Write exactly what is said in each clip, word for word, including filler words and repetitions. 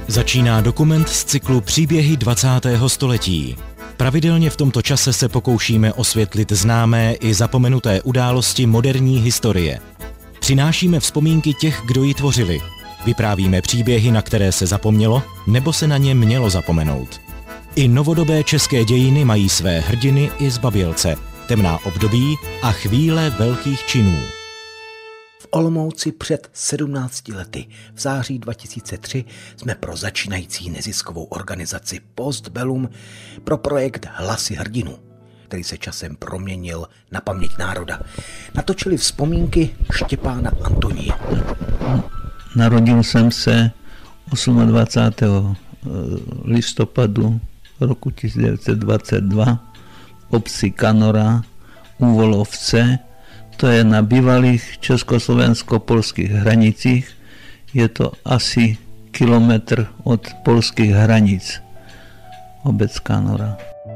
Začíná dokument z cyklu Příběhy dvacátého století. Pravidelně v tomto čase se pokoušíme osvětlit známé i zapomenuté události moderní historie. Přinášíme vzpomínky těch, kdo ji tvořili. Vyprávíme příběhy, na které se zapomnělo, nebo se na ně mělo zapomenout. I novodobé české dějiny mají své hrdiny i zbabělce, temná období a chvíle velkých činů. V Olomouci před sedmnácti lety v září dva tisíce tři jsme pro začínající neziskovou organizaci Postbellum pro projekt Hlasy hrdinů, který se časem proměnil na paměť národa, natočili vzpomínky Štěpána Antoníje. Narodil jsem se dvacátého osmého listopadu roku tisíc devět set dvacet dva v obci Kanora u Volovce. To je na bývalých československo-polských hranicích. Je to asi kilometr od polských hranic. Obec Kanora.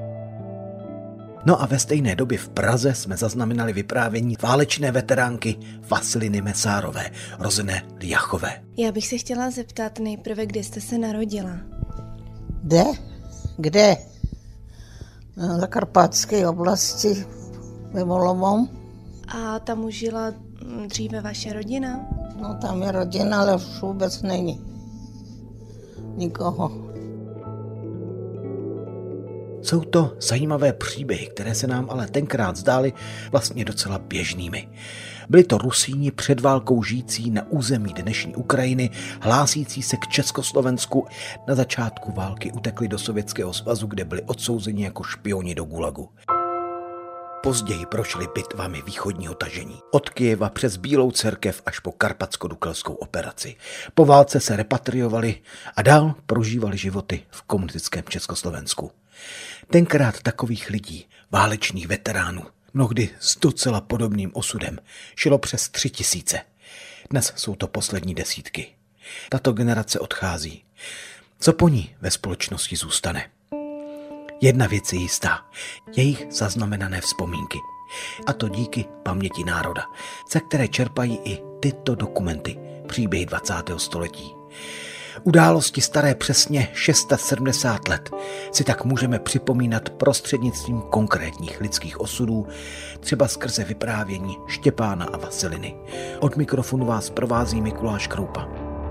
No a ve stejné době v Praze jsme zaznamenali vyprávění válečné veteránky Vasiliny Mesárové, rozené Lyachové. Já bych se chtěla zeptat nejprve, kde jste se narodila. Kde? Kde? Na Zakarpatské oblasti ve Volomou. A tam už žila dříve vaše rodina? No tam je rodina, ale už vůbec není nikoho. Jsou to zajímavé příběhy, které se nám ale tenkrát zdály vlastně docela běžnými. Byli to Rusíni před válkou žijící na území dnešní Ukrajiny, hlásící se k Československu. Na začátku války utekli do Sovětského svazu, kde byli odsouzeni jako špioni do gulagu. Později prošli bitvami východního tažení. Od Kyjeva přes Bílou cerkev až po karpatsko-dukelskou operaci. Po válce se repatriovali a dál prožívali životy v komunistickém Československu. Tenkrát takových lidí, válečných veteránů, mnohdy s docela podobným osudem, šlo přes tři tisíce. Dnes jsou to poslední desítky. Tato generace odchází. Co po ní ve společnosti zůstane? Jedna věc je jistá, jejich zaznamenané vzpomínky. A to díky paměti národa, ze které čerpají i tyto dokumenty, příběhy dvacátého století. Události staré přesně sedmdesát šest let si tak můžeme připomínat prostřednictvím konkrétních lidských osudů, třeba skrze vyprávění Štěpána a Vasiliny. Od mikrofonu vás provází Mikuláš Kroupa.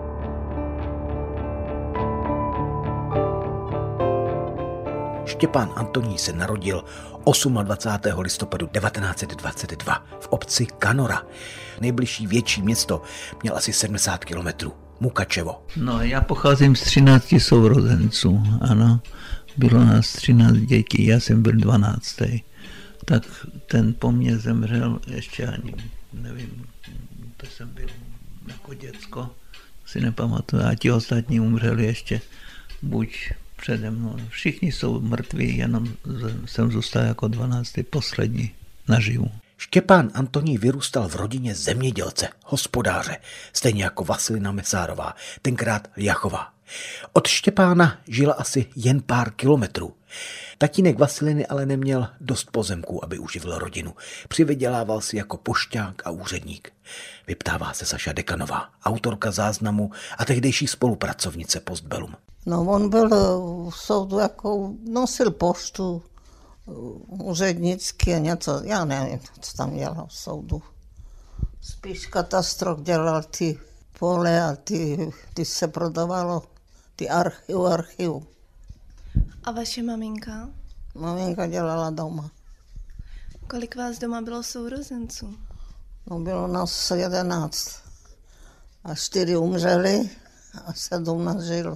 Štěpán Antoníj se narodil dvacátého osmého listopadu devatenáct set dvacet dva v obci Kanora. Nejbližší větší město měl asi sedmdesát kilometrů. Mukačevo. No, já pocházím z třinácti sourozenců, ano. Bylo nás třináct dětí, já jsem byl dvanáctý. Tak ten po mně zemřel ještě ani, nevím, to jsem byl jako děcko, si nepamatuju. A ti ostatní umřeli ještě buď přede mnou. Všichni jsou mrtví, jenom jsem zůstal jako dvanáctý poslední naživu. Štěpán Antoníj vyrůstal v rodině zemědělce, hospodáře, stejně jako Vasilina Mesárová, tenkrát Lyachová. Od Štěpána žila asi jen pár kilometrů. Tatínek Vasiliny ale neměl dost pozemků, aby uživil rodinu. Přivydělával si jako pošťák a úředník. Vyptává se Saša Dekanová, autorka záznamu a tehdejší spolupracovnice Postbellum. No on byl v soudu, jako nosil poštu, úřednicky a něco, já nevím, co tam dělal v soudu. Spíš katastrok dělal ty pole a ty, ty se prodávalo, ty archiv, archiv. A vaše maminka? Maminka dělala doma. Kolik vás doma bylo sourozenců? No bylo nás jedenáct. A čtyři umřeli a sedm nás žilo.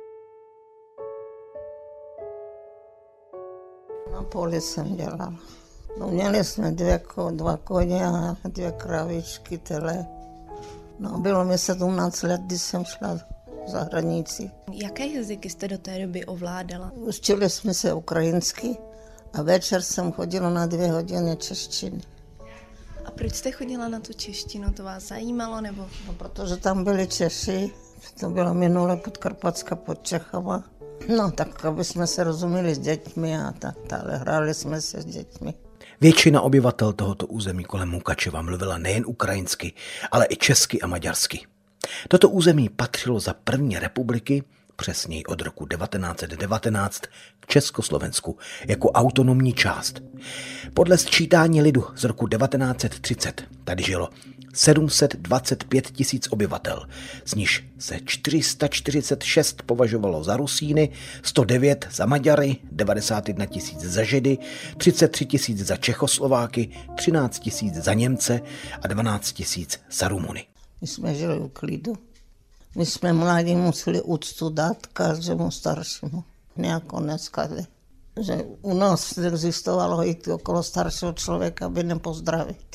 Na poli jsem dělala. No měli jsme dvě, dva koně a dvě kravičky, tele. No bylo mi sedmnáct let, když jsem šla za hranici. Jaké jazyky jste do té doby ovládala? Učili jsme se ukrajinsky a večer jsem chodila na dvě hodiny češtiny. A proč jste chodila na tu češtinu? To vás zajímalo nebo? No protože tam byli Češi, to bylo minule Podkarpatska pod Čechama. No tak, aby jsme se rozuměli s dětmi a tak, ale hráli jsme se s dětmi. Většina obyvatel tohoto území kolem Mukačeva mluvila nejen ukrajinsky, ale i česky a maďarsky. Toto území patřilo za první republiky přesněji od roku devatenáct set devatenáct, k Československu jako autonomní část. Podle sčítání lidu z roku devatenáct set třicet tady žilo sedm set dvacet pět tisíc obyvatel, z nichž se čtyři sta čtyřicet šest považovalo za Rusíny, sto devět za Maďary, devadesát jedna tisíc za Židy, třicet tři tisíc za Čechoslováky, třináct tisíc za Němce a dvanáct tisíc za Rumuny. My jsme žili v klidu. My jsme mladí museli úctu dát každému staršímu. Nějako dneska, že u nás existovalo jít okolo staršího člověka, aby nepozdravit.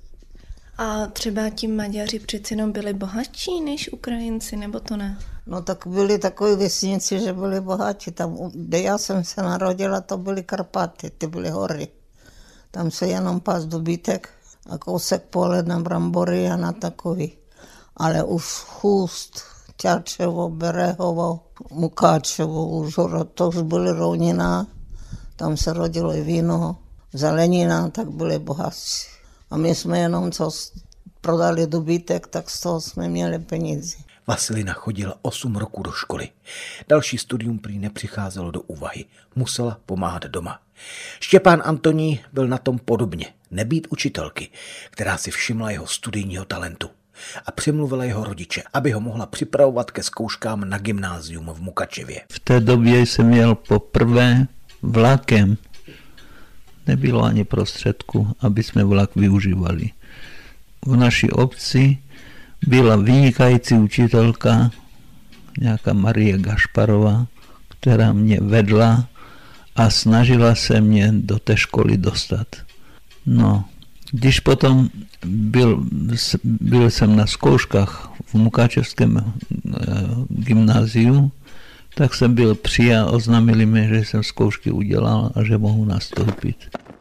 A třeba ti Maďaři přeci jenom byli bohatší než Ukrajinci, nebo to ne? No tak byli takový vesnici, že byli bohatí. Tam, kde já jsem se narodila, to byly Karpaty, ty byly hory. Tam se jenom pás dobytek a kousek pole na brambory a na takový. Ale už Chůst, Ťačevo, Berehovo, Mukáčevo, Užhorod, to už byly rovnina. Tam se rodilo i víno, zelenina, tak byli bohatší. A my jsme jenom co prodali dobytek, tak z toho jsme měli peníze. Vasilina chodila osm roků do školy. Další studium prý nepřicházelo do úvahy. Musela pomáhat doma. Štěpán Antoní byl na tom podobně. Nebýt učitelky, která si všimla jeho studijního talentu a přimluvila jeho rodiče, aby ho mohla připravovat ke zkouškám na gymnázium v Mukačevě. V té době jsem jel poprvé vlakem. Nebylo ani prostředku, aby jsme vlak využívali. V naší obci byla vynikající učitelka, nějaká Marie Gašparová, která mě vedla a snažila se mě do té školy dostat. No, když potom byl, byl jsem na zkouškách v Mukačevském gymnáziu, tak jsem byl přijat, oznámili mi, že jsem zkoušky udělal a že mohu nastoupit.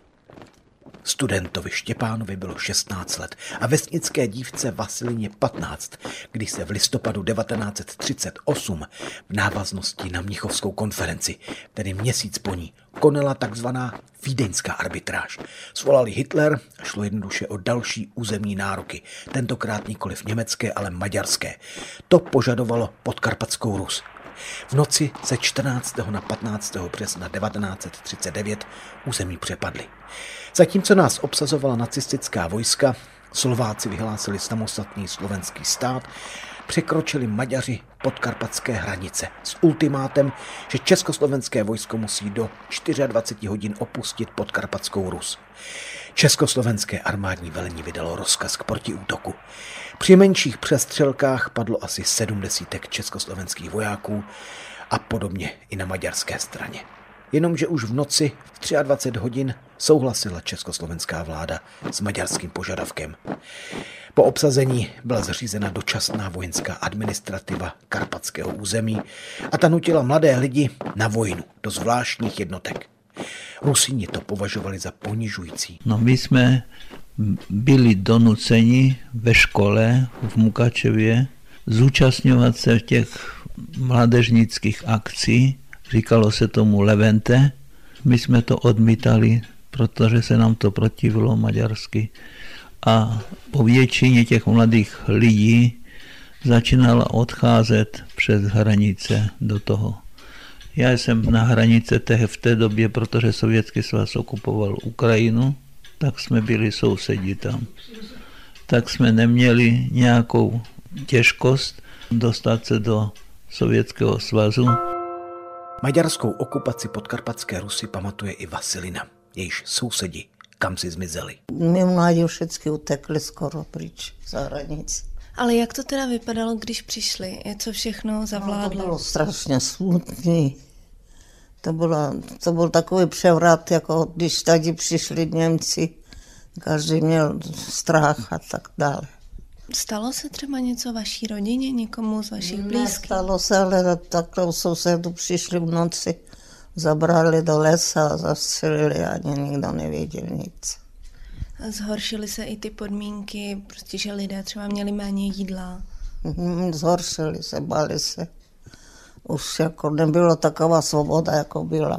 Studentovi Štěpánovi bylo šestnáct let a vesnické dívce Vasilině patnáct, když se v listopadu devatenáct set třicet osm v návaznosti na Mnichovskou konferenci, tedy měsíc po ní, konala takzvaná vídeňská arbitráž. Svolali Hitler a šlo jednoduše o další územní nároky, tentokrát nikoliv německé, ale maďarské. To požadovalo Podkarpatskou Rus. V noci ze čtrnáctého na patnáctého března devatenáct set třicet devět území přepadly. Zatímco nás obsazovala nacistická vojska, Slováci vyhlásili samostatný slovenský stát, překročili Maďaři podkarpatské hranice s ultimátem, že československé vojsko musí do dvacet čtyři hodin opustit Podkarpatskou Rus. Československé armádní velení vydalo rozkaz k protiútoku. Při menších přestřelkách padlo asi sedm desítek československých vojáků a podobně i na maďarské straně. Jenomže už v noci v dvacet tři hodin souhlasila československá vláda s maďarským požadavkem. Po obsazení byla zřízena dočasná vojenská administrativa karpatského území a ta nutila mladé lidi na vojnu do zvláštních jednotek. Rusíni to považovali za ponižující. No my jsme byli donuceni ve škole v Mukačevě zúčastňovat se těch mládežnických akcí. Říkalo se tomu Levente. My jsme to odmítali, protože se nám to protivilo maďarsky. A po většině těch mladých lidí začínala odcházet přes hranice do toho. Já jsem na hranice v té době, protože Sovětský svaz okupoval Ukrajinu, tak jsme byli sousedi tam. Tak jsme neměli nějakou těžkost dostat se do Sovětského svazu. Maďarskou okupaci Podkarpatské Rusy pamatuje i Vasilina, jejíž sousedi kam si zmizeli. My mladí všichni utekli skoro pryč za hranici. Ale jak to teda vypadalo, když přišli? Je co všechno zavládlo? No, to bylo strašně smutný. To, bylo, to byl takový převrat, jako když tady přišli Němci. Každý měl strach a tak dále. Stalo se třeba něco vaší rodině, někomu z vašich blízkých? Stalo se, ale takhle sousedu přišli v noci, zabrali do lesa a zastřelili, ani nikdo nevěděl nic. Zhoršily se i ty podmínky, prostě, že lidé třeba měli méně jídla? Zhoršili se, báli se. Už jako nebylo taková svoboda, jako byla.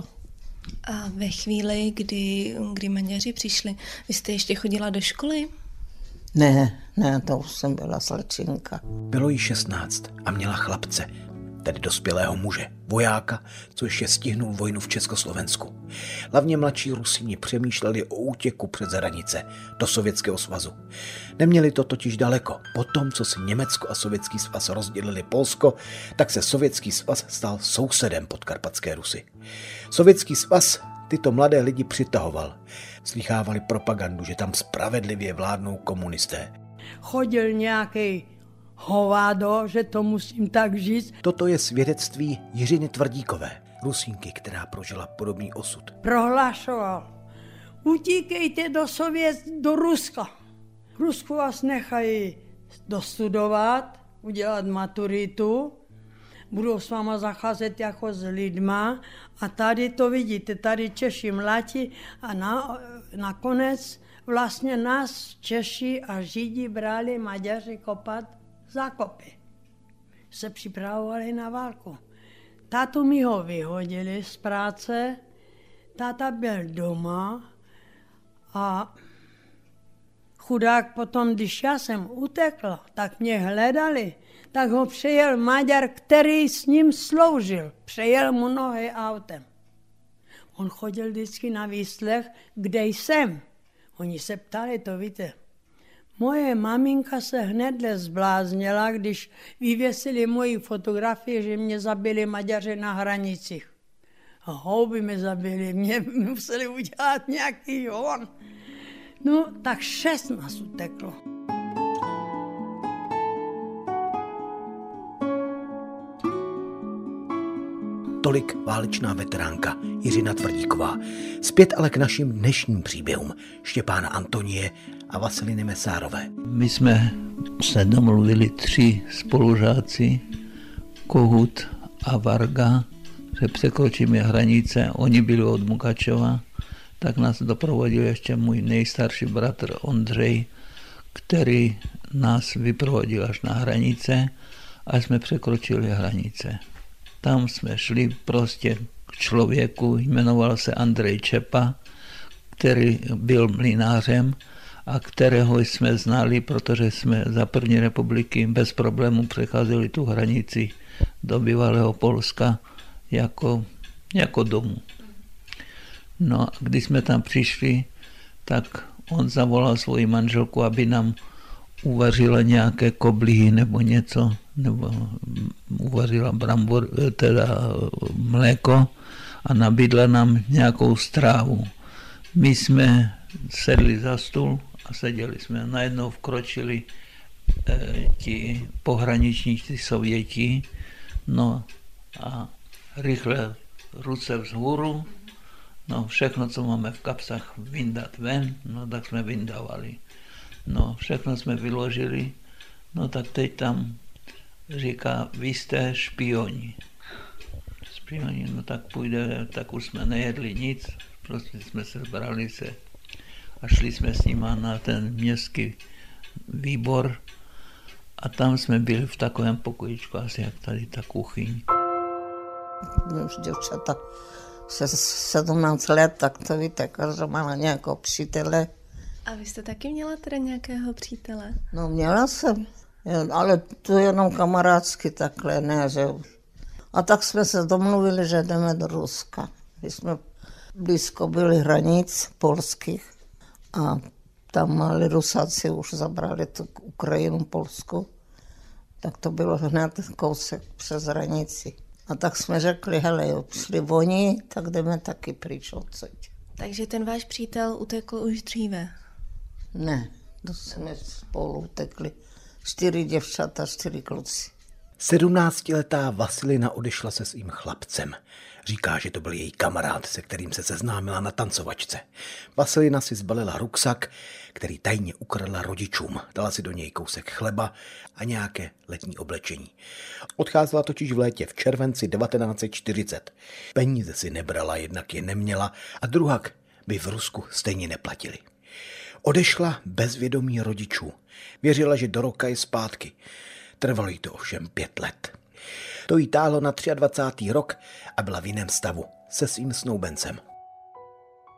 A ve chvíli, kdy, kdy Maďaři přišli, vy jste ještě chodila do školy? Ne, ne, to už jsem byla slečinka. Bylo jí šestnáct a měla chlapce. tedy dospělého muže, vojáka, co ještě stihnul vojnu v Československu. Hlavně mladší Rusíni přemýšleli o útěku přes hranice do Sovětského svazu. Neměli to totiž daleko. Potom, co si Německo a Sovětský svaz rozdělili Polsko, tak se Sovětský svaz stal sousedem Podkarpatské Rusy. Sovětský svaz tyto mladé lidi přitahoval. Slychávali propagandu, že tam spravedlivě vládnou komunisté. Chodil nějaký hovado, že to musím tak říct. Toto je svědectví Jiřiny Tvrdíkové, Rusínky, která prožila podobný osud. Prohlašoval, utíkejte do Sovět, do Ruska. V Rusku vás nechají dostudovat, udělat maturitu, budou s váma zacházet jako s lidma a tady to vidíte, tady Češi mladí a na, nakonec vlastně nás Češi a Židi brali Maďaři kopat zákopy. Se připravovali na válku. Tátu mi ho vyhodili z práce, táta byl doma a chudák potom, když já jsem utekla, tak mě hledali, tak ho přejel Maďar, který s ním sloužil. Přejel mu nohy autem. On chodil vždycky na výslech, kde jsem. Oni se ptali, to víte. Moje maminka se hnedle zbláznila, když vyvěsili moji fotografii, že mě zabili Maďaři na hranicích. A houby mě zabili, mě museli udělat nějaký hon. No, tak šest nás uteklo. Tolik válečná veteránka Jiřina Tvrdíková. Zpět ale k našim dnešním příběhům Štěpána Antonie a Vasiliny Mesárové. My jsme se domluvili tři spolužáci, Kohut a Varga, že překročíme hranice. Oni byli od Mukačova, tak nás doprovodil ještě můj nejstarší bratr Ondřej, který nás vyprovodil až na hranice a jsme překročili hranice. Tam jsme šli prostě k člověku, jmenoval se Andrej Čepa, který byl mlynářem a kterého jsme znali, protože jsme za první republiky bez problémů přecházeli tu hranici do bývalého Polska jako, jako domů. No a když jsme tam přišli, tak on zavolal svoji manželku, aby nám uvařila nějaké koblihy nebo něco, nebo uvařila brambor, teda mléko a nabídla nám nějakou strávu. My jsme sedli za stůl a seděli jsme. Najednou vkročili e, ti pohraničníci Sověti, no a rychle ruce vzhůru, no všechno, co máme v kapsách, vyndat ven, no tak jsme vyndávali. No všechno jsme vyložili, no tak teď tam říká, vy jste špioni. Špioni, no tak půjde, tak už jsme nejedli nic, prostě jsme se zbrali se a šli jsme s nima na ten městský výbor a tam jsme byli v takovém pokojičku, asi jak tady ta kuchyň. Už děvčata se sedmnáct let, tak to víte, každá má nějakého přítele. A vy jste taky měla teda nějakého přítele? No měla jsem, ale to jenom kamarádsky takhle, ne, že... A tak jsme se domluvili, že jdeme do Ruska. My jsme blízko byli hranic polských a tam mali Rusáci už zabrali tu Ukrajinu, Polsku. Tak to bylo hned kousek přes hranici. A tak jsme řekli, hele, jo, šli oni, tak jdeme taky pryč odsud. Takže ten váš přítel utekl už dříve? Ne, to jsme spolu utekli. Čtyři děvčata, čtyři kluci. Sedmnáctiletá Vasilina odešla se svým chlapcem. Říká, že to byl její kamarád, se kterým se seznámila na tancovačce. Vasilina si zbalila ruksak, který tajně ukradla rodičům. Dala si do něj kousek chleba a nějaké letní oblečení. Odcházela totiž v létě v červenci devatenáct set čtyřicet. Peníze si nebrala, jednak je neměla a druhak by v Rusku stejně neplatili. Odešla bez vědomí rodičů. Věřila, že do roka je zpátky. Trvalo jí to ovšem pět let. To jí táhlo na dvacátý třetí rok a byla v jiném stavu se svým snoubencem.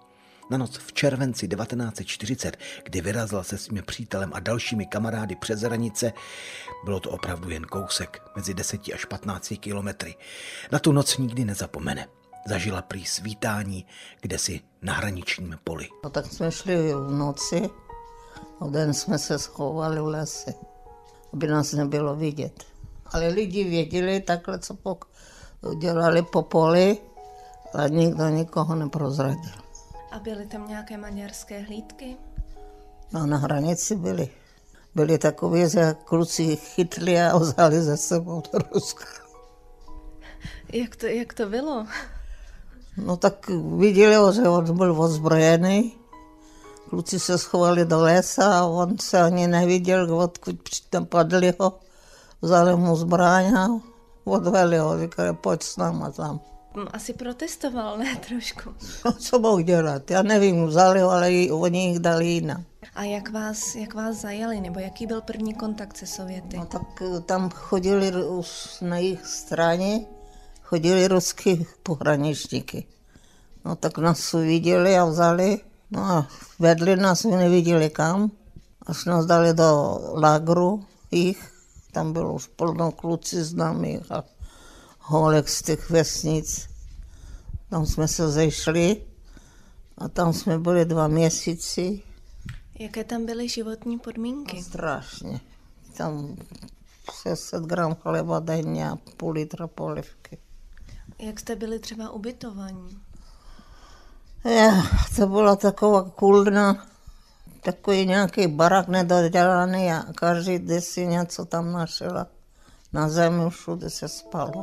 Na noc v červenci devatenáct set čtyřicet, kdy vyrazil se svým přítelem a dalšími kamarády přes hranice, bylo to opravdu jen kousek, mezi deseti až patnácti kilometry. Na tu noc nikdy nezapomene. Zažila prý svítání kdesi na hraničním poli. No tak jsme šli v noci, a den jsme se schovali v lese, aby nás nebylo vidět. Ale lidi věděli takhle, co pok- dělali po poli, ale nikdo nikoho neprozradil. A byly tam nějaké maďarské hlídky? No na hranici byli. Byli takoví, že kluci chytli a vzali ze sebou do Ruska. Jak to, jak to bylo? No tak viděli ho, že on byl ozbrojený. Kluci se schovali do lesa a on se ani neviděl, odkud napadli ho. Vzali mu zbraň a odveli ho, říkali, pojď s náma tam. Asi protestoval, ne trošku? No, co mohl dělat? Já nevím, vzali ho, ale oni jich dali jinam. A jak vás, jak vás zajali, nebo jaký byl první kontakt se Sověty? No tak tam chodili už na jejich straně, chodili ruský pohraničníky. No tak nás viděli a vzali, no a vedli nás, neviděli kam, až nás dali do lágru jich. Tam bylo už plno kluci známých a holek z těch vesnic. Tam jsme se zešli a tam jsme byli dva měsíci. Jaké tam byly životní podmínky? Strašně. Tam šest set gram chleba denně a půl litra polivky. Jak jste byli třeba ubytovaní? Je, to byla taková kulna, takový nějaký barak nedodělaný a každý den si něco tam našel. Na zemi všude se spalo.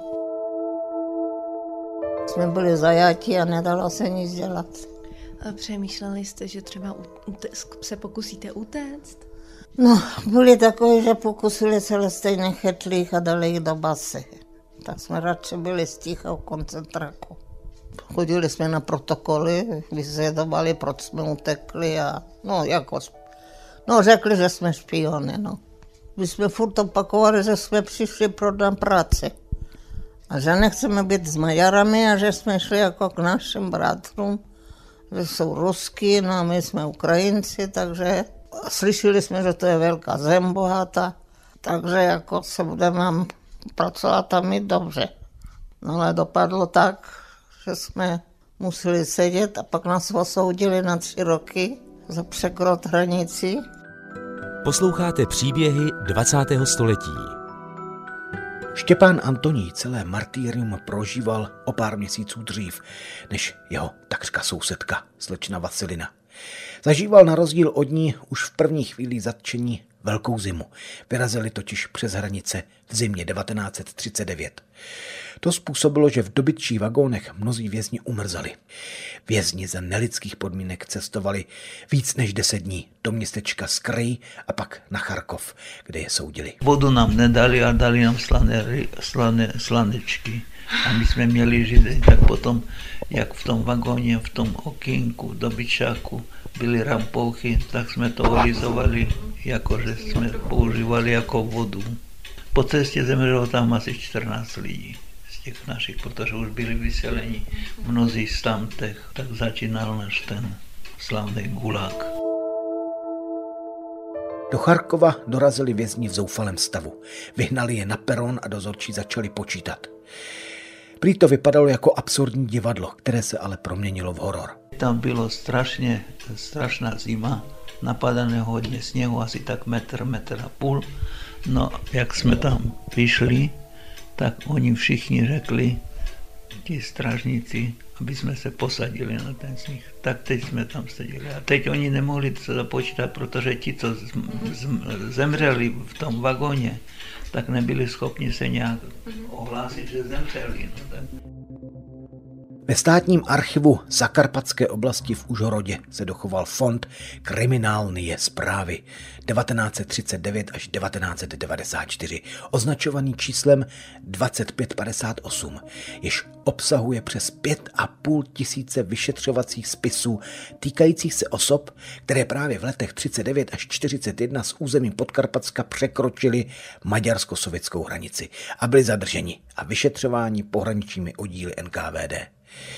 Jsme byli zajatí a nedalo se nic dělat. A přemýšleli jste, že třeba se pokusíte utéct? No, byli takový, že pokusili se ale stejně chytli jich a dali jich do basy. Tak jsme radši byli sticha v koncentráku. Chodili jsme na protokoly, vyzvedovali, proč jsme utekli a no jako, no řekli, že jsme špiony, no. My jsme furt opakovali, že jsme přišli prodat práci a že nechceme být s Maďarami a že jsme šli jako k našim bratrům, že jsou ruský, no a my jsme Ukrajinci, takže slyšeli jsme, že to je velká zem bohatá, takže jako se budeme nám pracovat a mít dobře. No ale dopadlo tak, že jsme museli sedět a pak nás osoudili na tři roky za překrot hranici. Posloucháte příběhy dvacátého století. Štěpán Antonín celé martýrium prožíval o pár měsíců dřív, než jeho takřka sousedka, slečna Vasilina. Zažíval na rozdíl od ní už v první chvíli zatčení velkou zimu. Vyrazili totiž přes hranice v zimě devatenáct set třicet devět. To způsobilo, že v dobytčích vagónech mnozí vězni umrzali. Vězni za nelidských podmínek cestovali víc než deset dní do městečka Skry a pak na Charkov, kde je soudili. Vodu nám nedali a dali nám slané, slané, slanečky. A my jsme měli žít, tak potom, jak v tom vagóně, v tom okýnku, v dobyčáku byly rampouchy, tak jsme to olizovali, jakože jsme používali jako vodu. Po cestě zemřelo tam asi čtrnáct lidí z těch našich, protože už byli vyseleni mnozí z tamtech, tak začínal náš ten slavný gulag. Do Charkova dorazili vězni v zoufalém stavu. Vyhnali je na peron a dozorčí začali počítat. Prý to vypadalo jako absurdní divadlo, které se ale proměnilo v horor. Tam bylo strašně, strašná zima, napadané hodně sněhu, asi tak metr, metr a půl. No, jak jsme tam vyšli, tak oni všichni řekli, ti strážníci, aby jsme se posadili na ten sníh. Tak teď jsme tam seděli. A teď oni nemohli se započítat, protože ti, co zemřeli v tom vagóně, tak nebyli schopni se nějak ohlásit, že zemřeli. No, tak. Ve státním archivu Zakarpatské oblasti v Užhorodě se dochoval fond kriminálnie zprávy devatenáct set třicet devět až devatenáct set devadesát čtyři, označovaný číslem dvacet pět padesát osm, jež obsahuje přes pět a půl tisíce vyšetřovacích spisů týkajících se osob, které právě v letech třicet devět až čtyřicet jedna z území Podkarpatska překročili maďarsko-sovětskou hranici a byli zadrženi a vyšetřováni pohraničními oddíly N K V D.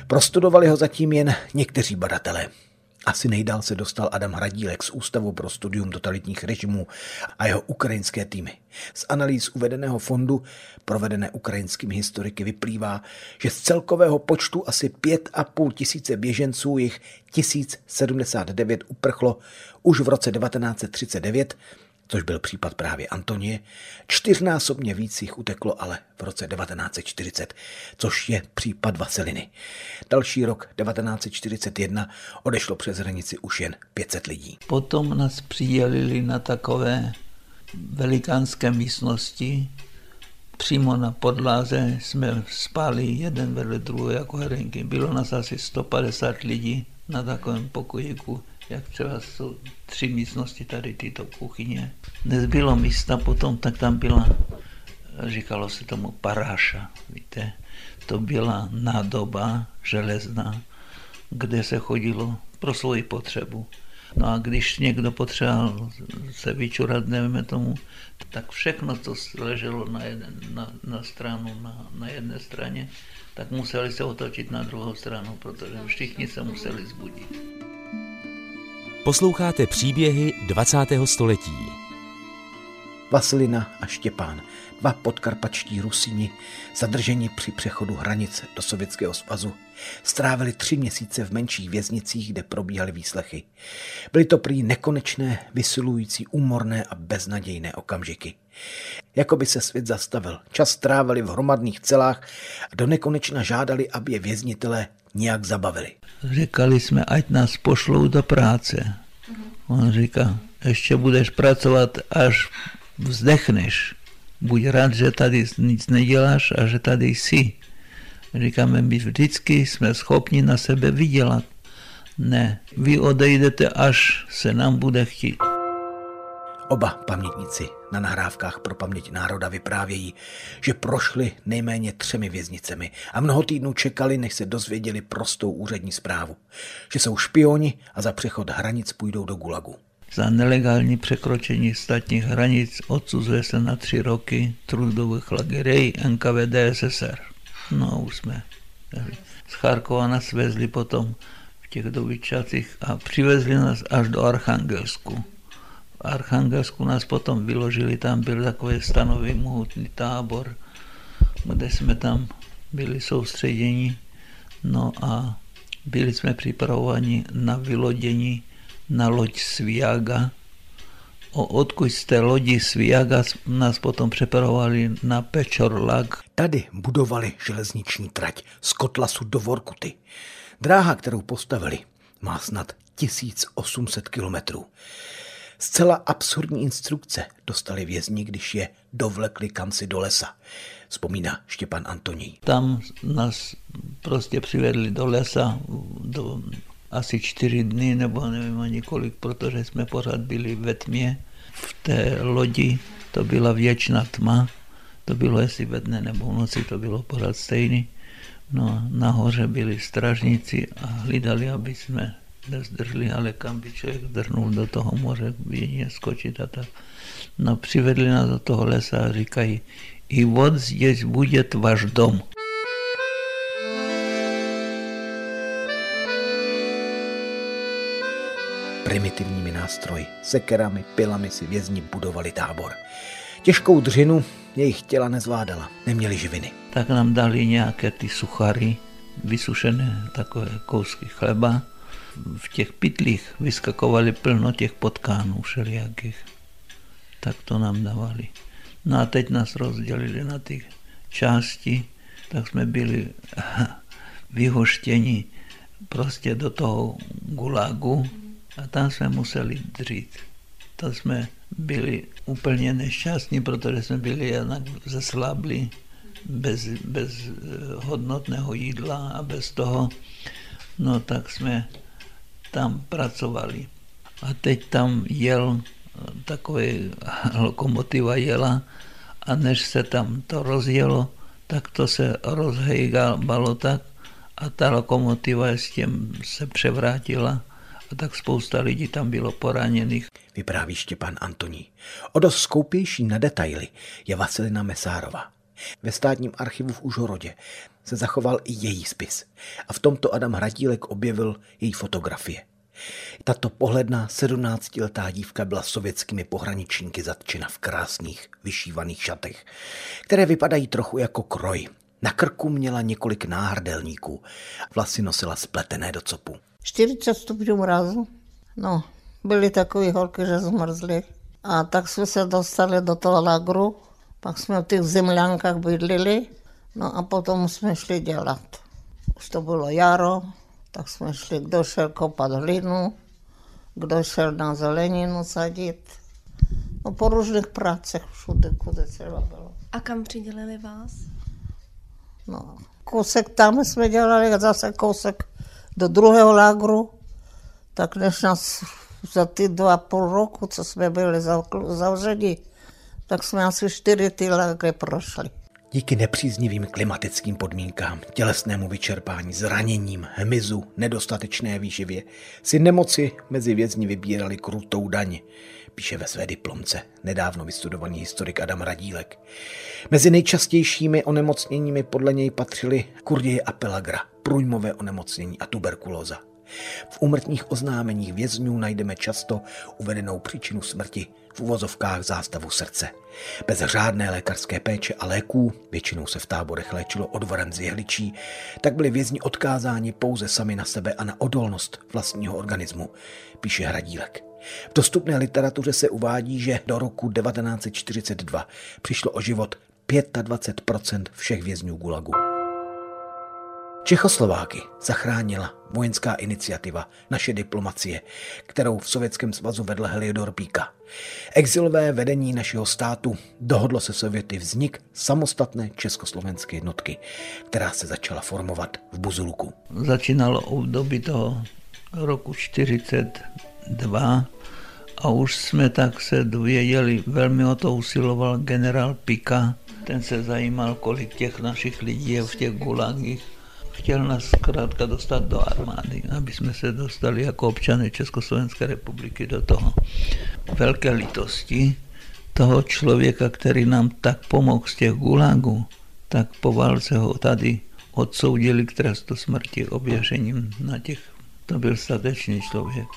Prostudovali ho zatím jen někteří badatelé. Asi nejdál se dostal Adam Hradílek z Ústavu pro studium totalitních režimů a jeho ukrajinské týmy. Z analýz uvedeného fondu, provedené ukrajinskými historiky, vyplývá, že z celkového počtu asi pět a půl tisíce běženců jich tisíc sedmdesát devět uprchlo už v roce devatenáct set třicet devět, což byl případ právě Antonie. Čtyřnásobně víc jich uteklo ale v roce devatenáct set čtyřicet, což je případ Vasiliny. Další rok devatenáct set čtyřicet jedna odešlo přes hranici už jen pět set lidí. Potom nás přidělili na takové velikánské místnosti. Přímo na podlaze jsme spali jeden vedle druhého jako herinky. Bylo nás asi sto padesát lidí na takovém pokojíku, jak třeba jsou tři místnosti tady tyto kuchyně. Nezbylo místa potom, tak tam byla, říkalo se tomu paráša, víte. To byla nádoba železná, kde se chodilo pro svoji potřebu. No a když někdo potřeboval se vyčurat, nevíme tomu, tak všechno, co leželo na, jeden, na, na stranu, na, na jedné straně, tak museli se otočit na druhou stranu, protože všichni se museli zbudit. Posloucháte příběhy dvacátého století. Vasilina a Štěpán, dva podkarpatští Rusíni, zadrženi při přechodu hranic do Sovětského svazu, strávili tři měsíce v menších věznicích, kde probíhaly výslechy. Byly to prý nekonečné, vysilující, úmorné a beznadějné okamžiky. Jako by se svět zastavil, čas strávili v hromadných celách a do nekonečna žádali, aby je věznitelé nějak zabavili. Říkali jsme, ať nás pošlou do práce. On říká, ještě budeš pracovat, až vzdechneš. Buď rád, že tady nic neděláš a že tady jsi. Říkáme, my vždycky jsme schopni na sebe vydělat. Ne, vy odejdete, až se nám bude chtít. Oba pamětníci na nahrávkách pro paměť národa vyprávějí, že prošli nejméně třemi věznicemi a mnoho týdnů čekali, než se dozvěděli prostou úřední zprávu, že jsou špioni a za přechod hranic půjdou do gulagu. Za nelegální překročení státních hranic odsuzuje se na tři roky trudových lagerej N K V D S S R. No už jsme. Z Charkova nás vezli potom v těch dobyčacích a přivezli nás až do Archangelsku. V Archangelsku nás potom vyložili, tam byl takový stanový mohutný tábor, kde jsme tam byli soustředěni. No a byli jsme připravováni na vylodění na loď Sviaga. O odkud z té lodi Sviaga nás potom přepravovali na Pečorlag. Tady budovali železniční trať z Kotlasu do Vorkuty. Dráha, kterou postavili, má snad tisíc osm set kilometrů. Zcela absurdní instrukce dostali vězni, když je dovlekli kamsi do lesa, vzpomíná Štěpán Antoní. Tam nás prostě přivedli do lesa do asi čtyři dny, nebo nevím ani kolik, protože jsme pořád byli ve tmě. V té lodi to byla věčná tma, to bylo jestli ve dne nebo v noci, to bylo pořád stejný. No a nahoře byli stražníci a hlídali, aby jsme nezdržli, ale kam by člověk drhnul do toho moře, by skočit a tak. No přivedli nás do toho lesa a říkají, i вот здесь будет váš dom. Primitivními nástroji, sekerami, pilami si vězni budovali tábor. Těžkou dřinu jejich těla nezvládala, neměli živiny. Tak nám dali nějaké ty suchary, vysušené takové kousky chleba. V těch pytlích vyskakovali plno těch potkánů všelijakých. Tak to nám dávali. No a teď nás rozdělili na ty části, tak jsme byli vyhoštěni prostě do toho gulagu a tam jsme museli dřít. To jsme byli úplně nešťastní, protože jsme byli jednak zeslabli, bez, bez hodnotného jídla a bez toho. No tak jsme tam pracovali. A teď tam jel takový lokomotiva jela a než se tam to rozjelo, tak to se rozhejgalo tak a ta lokomotiva s tím se převrátila a tak spousta lidí tam bylo poraněných. Vypráví Štěpán Antoní. O dost skoupější na detaily je Vasilina Mesárová. Ve státním archivu v Užhorodě se zachoval i její spis a v tomto Adam Hradílek objevil její fotografie. Tato pohledná sedmnáctiletá dívka byla sovětskými pohraničníky zatčena v krásných vyšívaných šatech, které vypadají trochu jako kroj. Na krku měla několik náhrdelníků, vlasy nosila spletené do copu. čtyřicet stupňů mrazu, no, byly takové holky, že zmrzly. A tak jsme se dostali do toho lagru, pak jsme v těch zemľankách bydlili, no a potom jsme šli dělat. Už to bylo jaro, tak jsme šli, kdo šel kopat hlinu, kdo šel na zeleninu sadit. No po různých prácech všude, kude třeba bylo. A kam přidělili vás? No, kousek tam jsme dělali, zase kousek do druhého lágru, tak než nás za ty dva a půl roku, co jsme byli zavřeni, tak jsme asi čtyři ty lágry prošli. Díky nepříznivým klimatickým podmínkám, tělesnému vyčerpání, zraněním, hmyzu, nedostatečné výživě si nemoci mezi vězni vybírali krutou daň, píše ve své diplomce nedávno vystudovaný historik Adam Hradílek. Mezi nejčastějšími onemocněními podle něj patřily kurdie a pelagra, průjmové onemocnění a tuberkulóza. V úmrtních oznámeních vězňů najdeme často uvedenou příčinu smrti v uvozovkách zástavu srdce. Bez řádné lékařské péče a léků, většinou se v táborech léčilo odvarem z jehličí, tak byli vězni odkázáni pouze sami na sebe a na odolnost vlastního organismu, píše Hradílek. V dostupné literatuře se uvádí, že do roku devatenáct set čtyřicet dva přišlo o život dvacet pět procent všech vězňů gulagu. Čechoslováky zachránila vojenská iniciativa Naše diplomacie, kterou v Sovětském svazu vedl Heliodor Píka. Exilové vedení našeho státu dohodlo se Sověty vznik samostatné československé jednotky, která se začala formovat v Buzuluku. Začínalo období toho roku čtyřicet dva a už jsme tak se dověděli, velmi o to usiloval generál Píka. Ten se zajímal, kolik těch našich lidí je v těch gulagích. Chtěl nás zkrátka dostat do armády, aby jsme se dostali jako občané Československé republiky do toho. Velké lítosti toho člověka, který nám tak pomohl z těch gulagů, tak po válce ho tady odsoudili k trestu smrti oběšením na těch. To byl statečný člověk.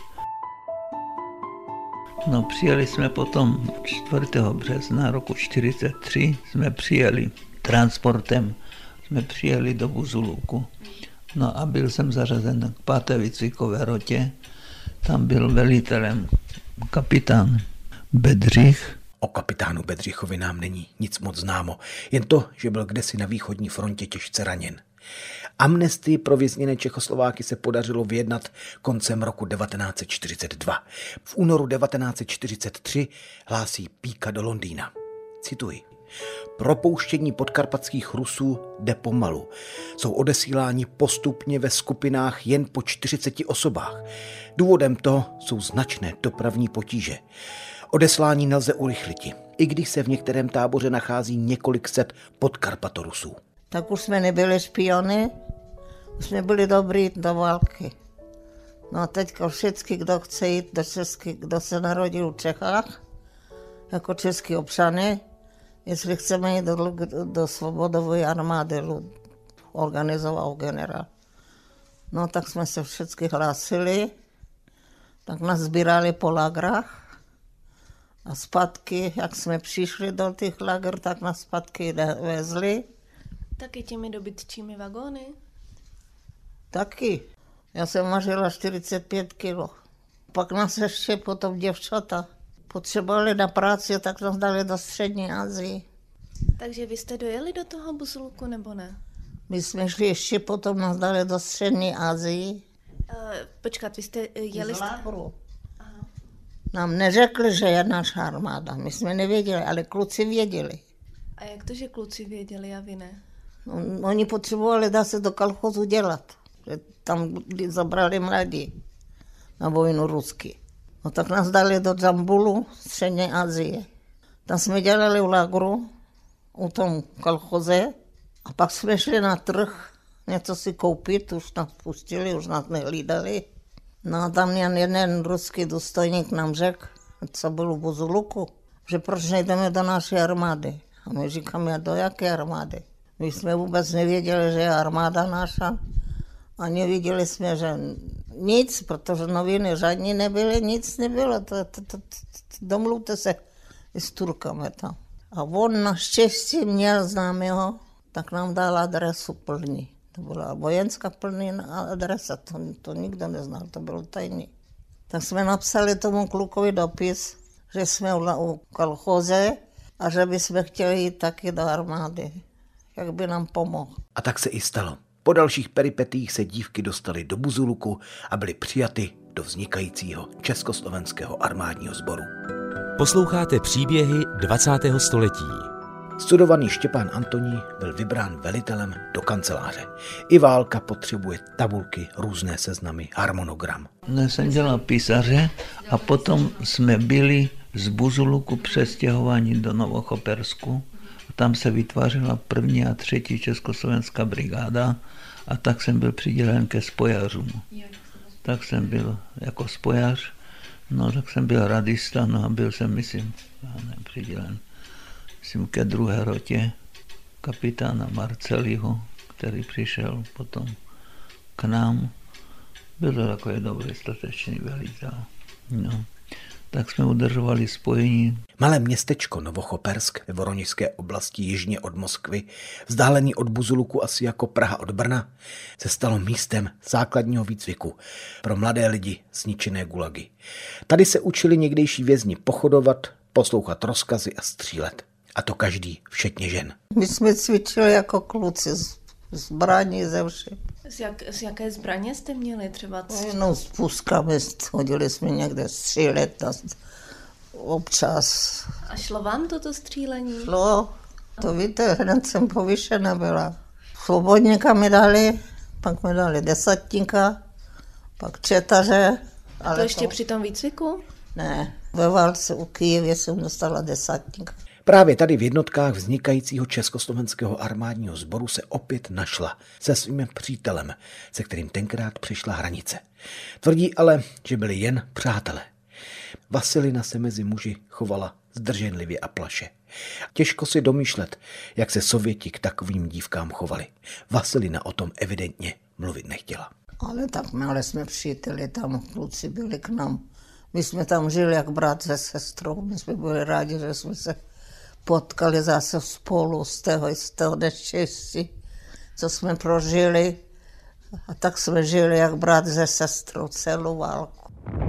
No, přijeli jsme potom čtvrtého března roku čtyřicet tři, jsme přijeli transportem, jsme přijeli do Buzuluku. No a byl jsem zařazen k páté výcvikové rotě, tam byl velitelem kapitán Bedřich. O kapitánu Bedřichovi nám není nic moc známo, jen to, že byl kdesi na východní frontě těžce raněn. Amnestii pro vězněné Čechoslováky se podařilo vyjednat koncem roku devatenáct set čtyřicet dva. V únoru devatenáct set čtyřicet tři hlásí Píka do Londýna. Cituji. Propouštění podkarpatských Rusů jde pomalu. Jsou odesíláni postupně ve skupinách jen po čtyřiceti osobách. Důvodem toho jsou značné dopravní potíže. Odeslání nelze urychliti, i když se v některém táboře nachází několik set podkarpatorusů. Tak už jsme nebyli špiony, už jsme byli dobrý do války. No a teďka všichni, kdo chce jít do Česky, kdo se narodil v Čechách, jako český občany, jestli chceme jít do, do svobodové armády, organizoval generál. No tak jsme se všichni hlásili, tak nás sbírali po lagrách a zpátky, jak jsme přišli do těch lagr, tak nás zpátky vezli. Taky těmi dobytčími vagóny? Taky. Já jsem vařila čtyřicet pět kilo. Pak nás ještě potom děvčata potřebovali na práci, tak nás dali do střední Asii. Takže vy jste dojeli do toho Buzuluku, nebo ne? My jsme šli ještě potom, nás dali do střední Asii. Uh, počkat, vy jste jeli... Z lágru. Nám neřekli, že je naša armáda. My jsme nevěděli, ale kluci věděli. A jak to, že kluci věděli a vy ne? No, oni potřebovali dát se do kolchozu dělat. Tam zabrali mladí na vojnu rusky. No tak nás dali do Džambulu, střední Asie. Tam jsme dělali v lagru, u tom kolchoze, a pak jsme šli na trh něco si koupit, už nás pustili, už nás nehlídali. No a tam jen jeden ruský důstojník nám řekl, co byl v Buzuluku, že proč nejdeme do naší armády. A my říkáme, do jaké armády? My jsme vůbec nevěděli, že je armáda naša. A neviděli jsme, že nic, protože noviny žádní nebyly, nic nebylo. To, to, to, to, domluvte se s Turkami tam. A on naštěstí měl známého, tak nám dal adresu Plný. To byla vojenská Plný adresa, to, to nikdo neznal, to bylo tajný. Tak jsme napsali tomu klukovi dopis, že jsme u kolchoze a že bychom chtěli jít taky do armády, jak by nám pomohl. A tak se i stalo. Po dalších peripetích se dívky dostaly do Buzuluku a byly přijaty do vznikajícího československého armádního sboru. Posloucháte příběhy dvacátého století. Studovaný Štěpán Antoní byl vybrán velitelem do kanceláře. I válka potřebuje tabulky, různé seznamy, harmonogram. Já jsem dělal písaře a potom jsme byli z Buzuluku přestěhováni do Novochopersku. Tam se vytvářela první a třetí československá brigáda a tak jsem byl přidělen ke spojařům. Tak jsem byl jako spojař, no tak jsem byl radista, no a byl jsem, myslím, ne, přidělen, myslím, ke druhé rotě kapitána Marceliho, který přišel potom k nám. Byl to takový dobrý, statečný velitel. No. Tak jsme udržovali spojení. Malé městečko Novochopersk ve Voroněžské oblasti jižně od Moskvy, vzdálený od Buzuluku asi jako Praha od Brna, se stalo místem základního výcviku pro mladé lidi zničené gulagy. Tady se učili někdejší vězni pochodovat, poslouchat rozkazy a střílet. A to každý, včetně žen. My jsme cvičili jako kluci, zbraní ze všem. Z, jak, z jaké zbraně jste měli třeba? No s puskami, chodili jsme někde střílet a občas. A šlo vám toto střílení? Šlo, to víte, hned jsem povyšena byla. Svobodníka mi dali, pak mi dali desátníka, pak četaře. A to ještě to... při tom výcviku? Ne, ve válce u Kyjevě jsem dostala desátníka. Právě tady v jednotkách vznikajícího československého armádního sboru se opět našla se svým přítelem, se kterým tenkrát přešla hranice. Tvrdí ale, že byli jen přátelé. Vasilina se mezi muži chovala zdrženlivě a plaše. Těžko si domýšlet, jak se Sověti k takovým dívkám chovali. Vasilina o tom evidentně mluvit nechtěla. Ale tak my jsme příteli, tam kluci byli k nám. My jsme tam žili jak brat se sestrou, my jsme byli rádi, že jsme se potkali zase spolu z toho, z toho neštěstí, co jsme prožili. A tak jsme žili jak brat se sestrou celou válku.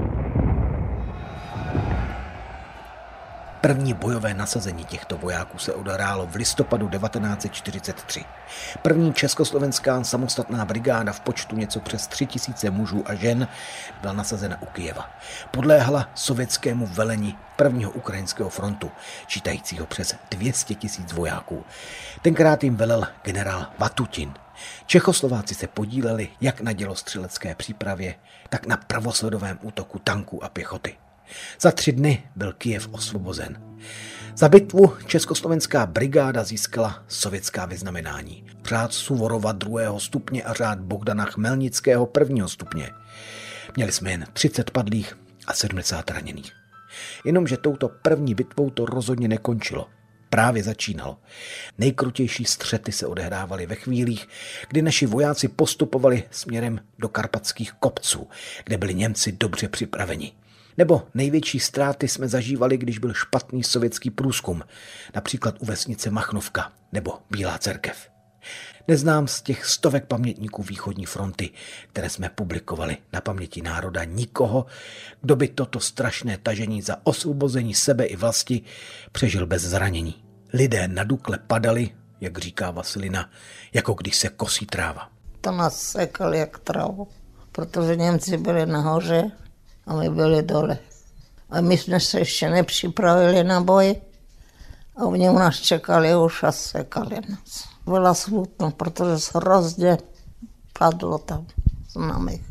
První bojové nasazení těchto vojáků se odehrálo v listopadu devatenáct set čtyřicet tři. První československá samostatná brigáda v počtu něco přes tři tisíce mužů a žen byla nasazena u Kyjeva. Podléhala sovětskému velení prvního ukrajinského frontu, čítajícího přes dvě stě tisíc vojáků. Tenkrát jim velel generál Vatutin. Čechoslováci se podíleli jak na dělostřelecké přípravě, tak na prvosledovém útoku tanků a pěchoty. Za tři dny byl Kyjev osvobozen. Za bitvu československá brigáda získala sovětská vyznamenání. Řád Suvorova druhého stupně a řád Bohdana Chmelnického prvního stupně. Měli jsme jen třicet padlých a sedmdesát raněných. Jenomže touto první bitvou to rozhodně nekončilo. Právě začínalo. Nejkrutější střety se odehrávaly ve chvílích, kdy naši vojáci postupovali směrem do karpatských kopců, kde byli Němci dobře připraveni. Nebo největší ztráty jsme zažívali, když byl špatný sovětský průzkum, například u vesnice Machnovka nebo Bílá cerkev. Neznám z těch stovek pamětníků východní fronty, které jsme publikovali na paměti národa, nikoho, kdo by toto strašné tažení za osvobození sebe i vlasti přežil bez zranění. Lidé na Dukle padali, jak říká Vasilina, jako když se kosí tráva. To nás sekali jak trávu, protože Němci byli nahoře a my byli dole. A my jsme se ještě nepřipravili na boj a v něm nás čekali už a sekali nás. Byla smutno, protože se hrozně padlo tam z námi.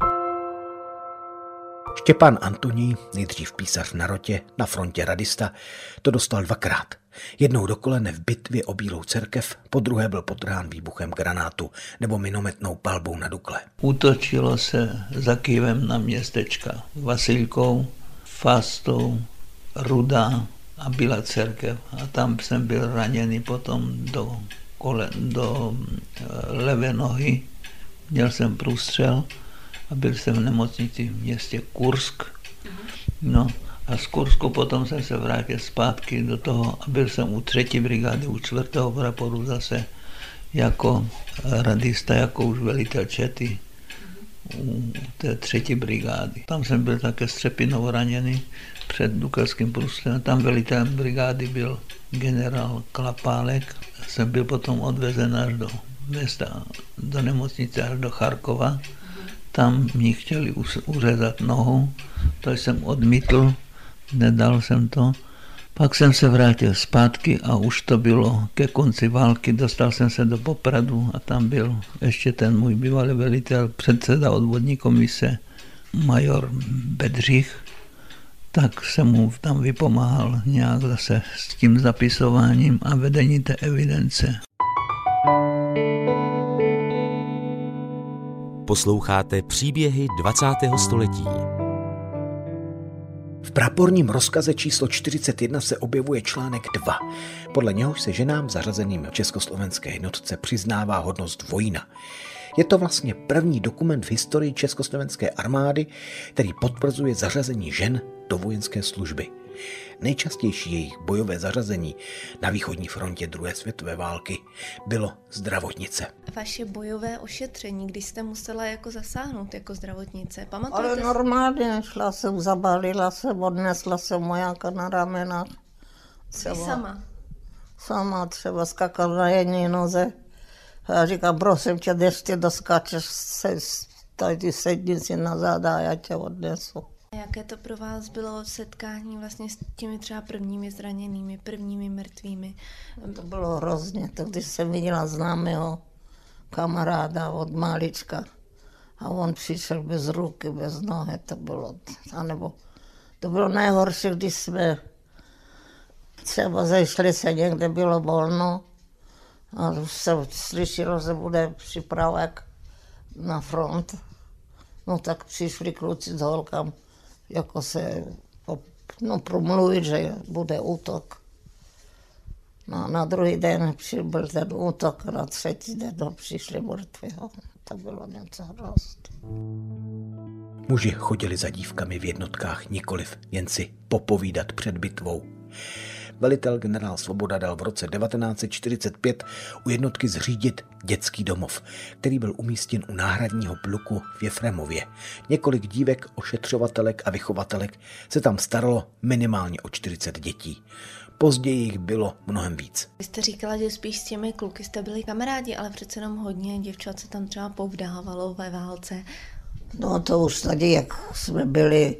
Štěpán Antoní, nejdřív písař na rotě, na frontě radista, to dostal dvakrát. Jednou do kolene v bitvě o Bílou cerkev, po druhé byl potrhán výbuchem granátu nebo minometnou palbou na Dukle. Útočilo se za Kyjevem na městečka Vasilkou, Fastou, Ruda, a byla církev. A tam jsem byl raněný potom do, kole, do levé nohy. Měl jsem průstřel a byl jsem v nemocnici v městě Kursk. No a z Kursku potom jsem se vrátil zpátky do toho a byl jsem u třetí brigády, u čtvrtého praporu zase jako radista, jako už velitel čety u té třetí brigády. Tam jsem byl také střepinou raněný před Dukelským průstřelem. Tam velitelem brigády byl generál Klapálek. Jsem byl potom odvezen až do města, do nemocnice až do Charkova. Tam mě chtěli uřezat nohu, to jsem odmítl, nedal jsem to. Pak jsem se vrátil zpátky a už to bylo ke konci války, dostal jsem se do Popradu a tam byl ještě ten můj bývalý velitel, předseda odvodní komise, major Bedřich, tak jsem mu tam vypomáhal nějak zase s tím zapisováním a vedení té evidence. Posloucháte příběhy dvacátého století. V praporním rozkaze číslo čtyřicet jedna se objevuje článek dva. Podle něhož se ženám zařazeným v československé jednotce přiznává hodnost vojína. Je to vlastně první dokument v historii československé armády, který potvrzuje zařazení žen do vojenské služby. Nejčastější jejich bojové zařazení na východní frontě druhé světové války bylo zdravotnice. Vaše bojové ošetření, když jste musela jako zasáhnout jako zdravotnice, pamatujete? Ale normálně šla jsem, zabalila jsem, odnesla jsem vojáka na ramenách. Třeba, sama? Sama třeba skakal na jedné noze. A říkám, prosím tě, když ty doskáčeš se, tady sedni si na záda a já tě odnesu. Jaké to pro vás bylo setkání vlastně s těmi třeba prvními zraněnými, prvními mrtvými? To bylo hrozně, to když jsem viděla známého kamaráda od malička a on přišel bez ruky, bez nohy, to bylo, anebo to bylo nejhorší, když jsme třeba zešli se někde, bylo volno a už se slyšelo, že bude připravek na front, no tak přišli kluci s holkám, jako se no, promluvit, že bude útok. No, na druhý den byl ten útok, na třetí den no, přišli mrtvého. To bylo něco hrozné. Muži chodili za dívkami v jednotkách, nikoliv jen si popovídat před bitvou. Velitel generál Svoboda dal v roce devatenáct set čtyřicet pět u jednotky zřídit dětský domov, který byl umístěn u náhradního pluku v Jefremově. Několik dívek, ošetřovatelek a vychovatelek se tam staralo minimálně o čtyřicet dětí. Později jich bylo mnohem víc. Vy jste říkala, že spíš s těmi kluky jste byli kamarádi, ale přece jenom hodně děvčat se tam třeba povdávalo ve válce. No to už tady, jak jsme byli,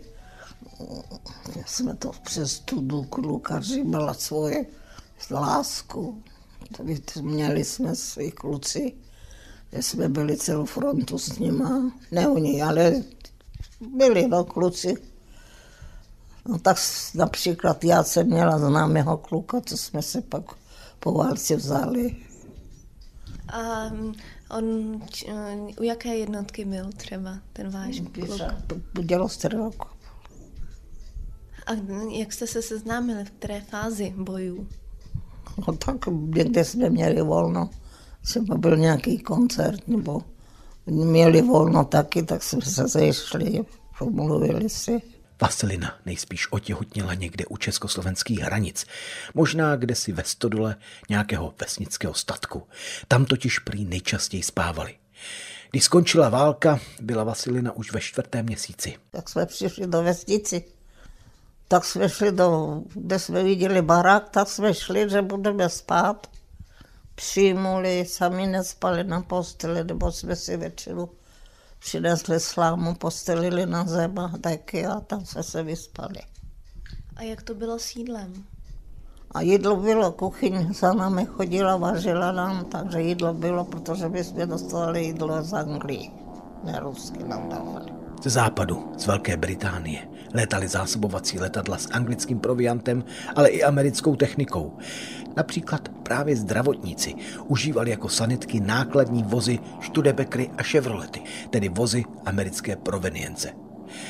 jsme to přes tu kluka římala svoje lásku. Měli jsme svých kluci, že jsme byli celou frontu s nima. Ne oni, ale byli no, kluci. No tak například já jsem měla známého kluka, co jsme se pak po válce vzali. A on, u jaké jednotky byl třeba ten váš kluk? Dělostřelok. A jak jste se seznámili, v které fázi bojů? No tak někde jsme měli volno, třeba byl nějaký koncert, nebo měli volno taky, tak jsme se zešli, pomluvili si. Vasilina nejspíš otěhotněla někde u československých hranic, možná kdesi ve stodole nějakého vesnického statku. Tam totiž prý nejčastěji spávali. Když skončila válka, byla Vasilina už ve čtvrtém měsíci. Tak jsme přišli do vesnici. Tak jsme šli do, kde jsme viděli barák, tak jsme šli, že budeme spát. Přijmuli, sami nespali na posteli, nebo jsme si většinu přinesli slámu, postelili na zem a taky a tam jsme se vyspali. A jak to bylo s jídlem? A jídlo bylo, kuchyň za námi chodila, vařila nám, takže jídlo bylo, protože my jsme dostali jídlo z Anglii, ne rusky nám dávali. Ze západu, z Velké Británie, létaly zásobovací letadla s anglickým proviantem, ale i americkou technikou. Například právě zdravotníci užívali jako sanitky nákladní vozy Studebekry a Chevrolety, tedy vozy americké provenience.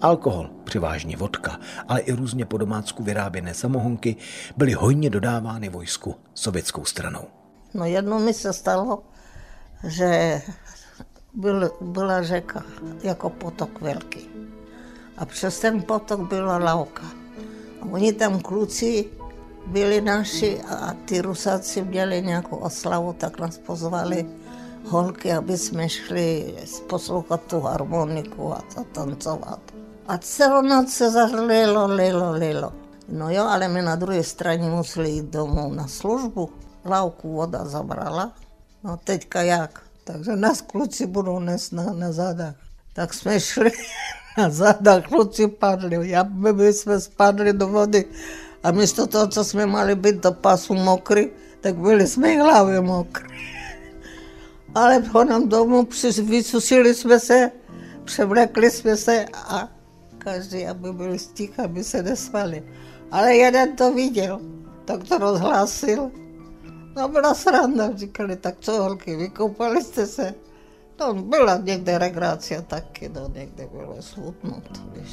Alkohol, převážně vodka, ale i různě po domácku vyráběné samohonky byly hojně dodávány vojsku sovětskou stranou. No jednou mi se stalo, že byl, byla řeka jako potok velký. A přes ten potok byla louka. A oni tam kluci byli naši a ty Rusáci měli nějakou oslavu, tak nás pozvali holky, aby jsme šli poslouchat tu harmoniku a tancovat. A celou noc se zalilo, lilo, lilo. No jo, ale my na druhé straně museli jít domů na službu. Louku voda zabrala. No teďka jak? Takže nás kluci budou nést na, na zadách. Tak jsme šli na zadách, kluci padli. Já, my jsme spadli do vody a místo toho, co jsme mali být do pasu mokrý, tak byli jsme hlavy mokrý. Ale po nám domů vysusili jsme se, převlekli jsme se a každý, aby byli sticha, aby se nesvali. Ale jeden to viděl, tak to rozhlásil. No byla sranda, říkali, tak co holky, vykoupali jste se? No byla někde rekreace taky, no někde bylo smutno, to víš.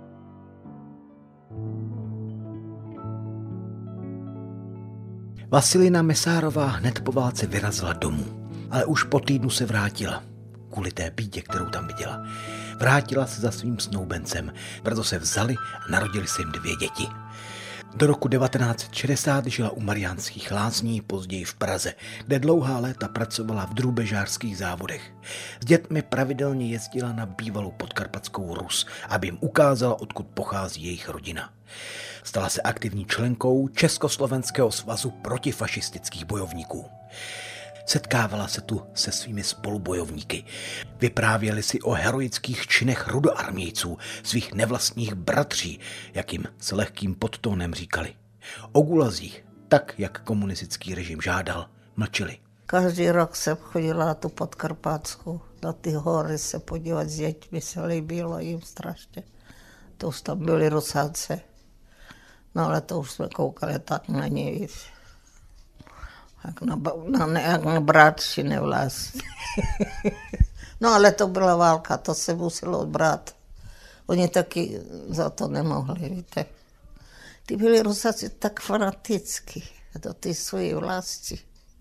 Vasilina Mesárová hned po válce vyrazila domů, ale už po týdnu se vrátila. Kvůli té bídě, kterou tam viděla. Vrátila se za svým snoubencem, brzo se vzali a narodili se jim dvě děti. Do roku devatenáct set šedesát žila u Mariánských Lázní, později v Praze, kde dlouhá léta pracovala v drůbežářských závodech. S dětmi pravidelně jezdila na bývalou podkarpatskou Rus, aby jim ukázala, odkud pochází jejich rodina. Stala se aktivní členkou Československého svazu protifašistických bojovníků. Setkávala se tu se svými spolubojovníky. Vyprávěli si o heroických činech rudoarmějců, svých nevlastních bratří, jak jim s lehkým podtónem říkali. O gulazích, tak jak komunistický režim žádal, mlčeli. Každý rok jsem chodila na tu Podkarpatskou, na ty hory se podívat s dětmi, se líbilo jim strašně. To už tam byli Rusáci. No ale to už jsme koukali tak na ně, víc. Jak na, na, jak na bratři nevlastní. No ale to byla válka, to se muselo odbrát. Oni taky za to nemohli, víte. Ty byli Rusáci tak fanaticky do té své vlasti,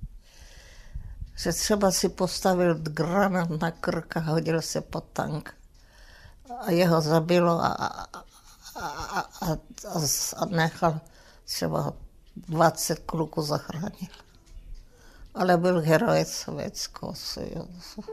že třeba si postavil granát na krk a hodil se pod tank. A jeho zabilo a, a, a, a, a, a nechal třeba dvacet kluků zachránil. Ale byl heroj Sovětského svazu.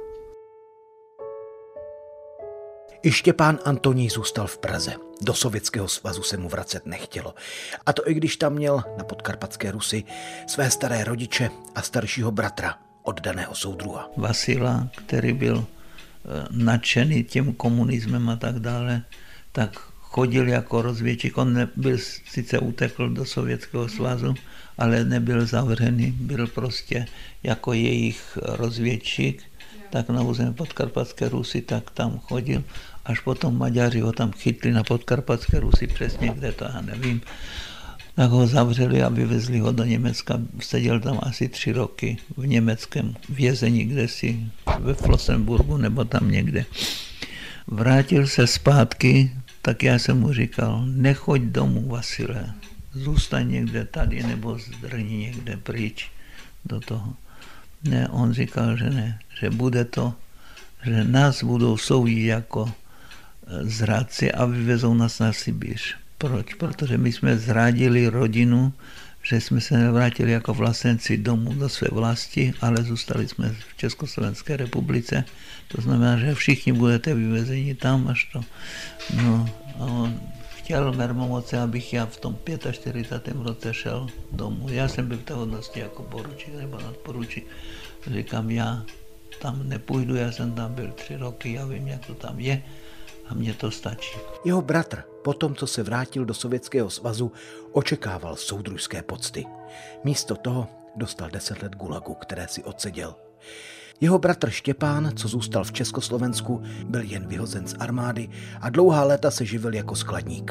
I Štěpán Antonín zůstal v Praze. Do Sovětského svazu se mu vracet nechtělo. A to i když tam měl na podkarpatské Rusy své staré rodiče a staršího bratra, oddaného soudruha. Vasila, který byl nadšený tím komunismem a tak dále, tak chodil jako rozvědčík. On nebyl, sice utekl do Sovětského svazu, ale nebyl zavřený, byl prostě jako jejich rozvědčík, tak na území podkarpatské Rusy, tak tam chodil. Až potom Maďaři ho tam chytli na podkarpatské Rusy, přesně kde to, já nevím. Tak ho zavřeli a vyvezli ho do Německa. Seděl tam asi tři roky v německém vězení, kde si ve Flossenburgu nebo tam někde. Vrátil se zpátky, tak já jsem mu říkal, nechoď domů, Vasile, zůstaň někde tady nebo zdrni někde pryč do toho. Ne, on říkal, že ne, že bude to, že nás budou soudit jako zrádci a vyvezou nás na Sibíř. Proč? Protože my jsme zradili rodinu, že jsme se nevrátili jako vlastenci domů do své vlasti, ale zůstali jsme v Československé republice. To znamená, že všichni budete vyvezeni tam až to. No, a on chtěl mermomoce, abych já v tom čtyřicátém pátém roce šel domů. Já jsem byl v té hodnosti jako poručík nebo nadporučík. Říkám, já tam nepůjdu, já jsem tam byl tři roky, já vím, jak to tam je a mně to stačí. Jeho bratr, potom co se vrátil do Sovětského svazu, očekával soudružské pocty. Místo toho dostal deset let gulagu, které si odseděl. Jeho bratr Štěpán, co zůstal v Československu, byl jen vyhozen z armády a dlouhá léta se živil jako skladník.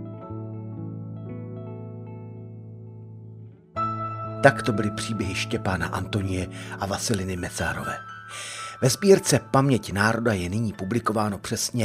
Tak to byly příběhy Štěpána Antonie a Vasiliny Mesárové. Ve sbírce Paměť národa je nyní publikováno přesně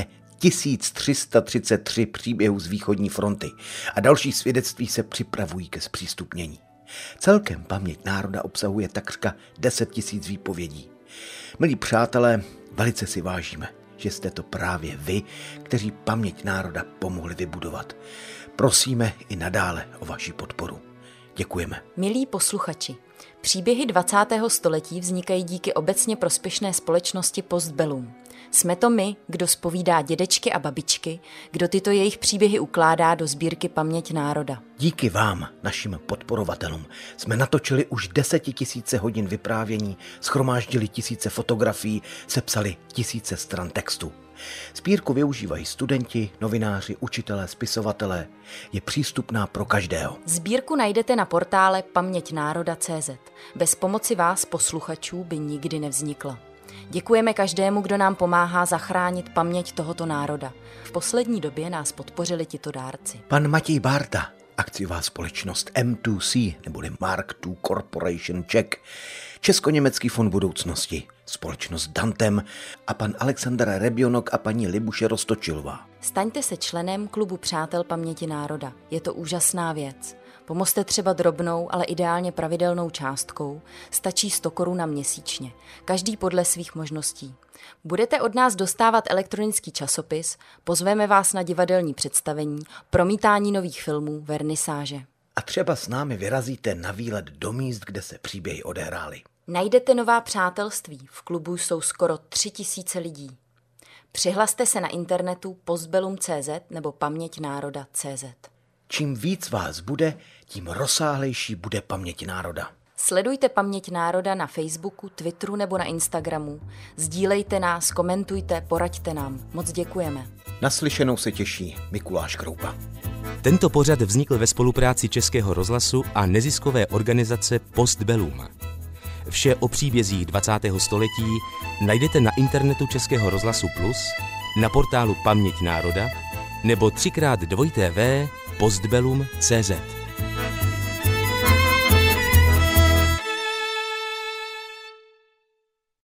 tisíc tři sta třicet tři příběhů z východní fronty a další svědectví se připravují ke zpřístupnění. Celkem paměť národa obsahuje takřka deset tisíc výpovědí. Milí přátelé, velice si vážíme, že jste to právě vy, kteří paměť národa pomohli vybudovat. Prosíme i nadále o vaši podporu. Děkujeme. Milí posluchači, příběhy dvacátého století vznikají díky obecně prospěšné společnosti Postbellum. Jsme to my, kdo zpovídá dědečky a babičky, kdo tyto jejich příběhy ukládá do sbírky Paměť národa. Díky vám, našim podporovatelům, jsme natočili už desetitisíce hodin vyprávění, shromáždili tisíce fotografií, sepsali tisíce stran textu. Sbírku využívají studenti, novináři, učitelé, spisovatelé. Je přístupná pro každého. Sbírku najdete na portále paměť národa tečka cé zet. Bez pomoci vás, posluchačů, by nikdy nevznikla. Děkujeme každému, kdo nám pomáhá zachránit paměť tohoto národa. V poslední době nás podpořili tito dárci. Pan Matěj Bárta, akciová společnost M dva C, neboli Mark dva Corporation Czech, Česko-německý fond budoucnosti, společnost Dantem a pan Alexander Rebionok a paní Libuše Roztočilová. Staňte se členem klubu Přátel paměti národa. Je to úžasná věc. Pomozte třeba drobnou, ale ideálně pravidelnou částkou. Stačí sto korun měsíčně. Každý podle svých možností. Budete od nás dostávat elektronický časopis, pozveme vás na divadelní představení, promítání nových filmů, vernisáže. A třeba s námi vyrazíte na výlet do míst, kde se příběhy odehrály. Najdete nová přátelství. V klubu jsou skoro tři tisíce lidí. Přihlaste se na internetu postbellum tečka cé zet nebo paměť národa tečka cé zet. Čím víc vás bude, tím rozsáhlejší bude paměť národa. Sledujte Paměť národa na Facebooku, Twitteru nebo na Instagramu. Sdílejte nás, komentujte, poraďte nám. Moc děkujeme. Naslyšenou se těší Mikuláš Kroupa. Tento pořad vznikl ve spolupráci Českého rozhlasu a neziskové organizace Postbellum. Vše o příbězích dvacátého století najdete na internetu Českého rozhlasu Plus, na portálu Paměť národa nebo třikrát dvojité v postbellum tečka cé zet.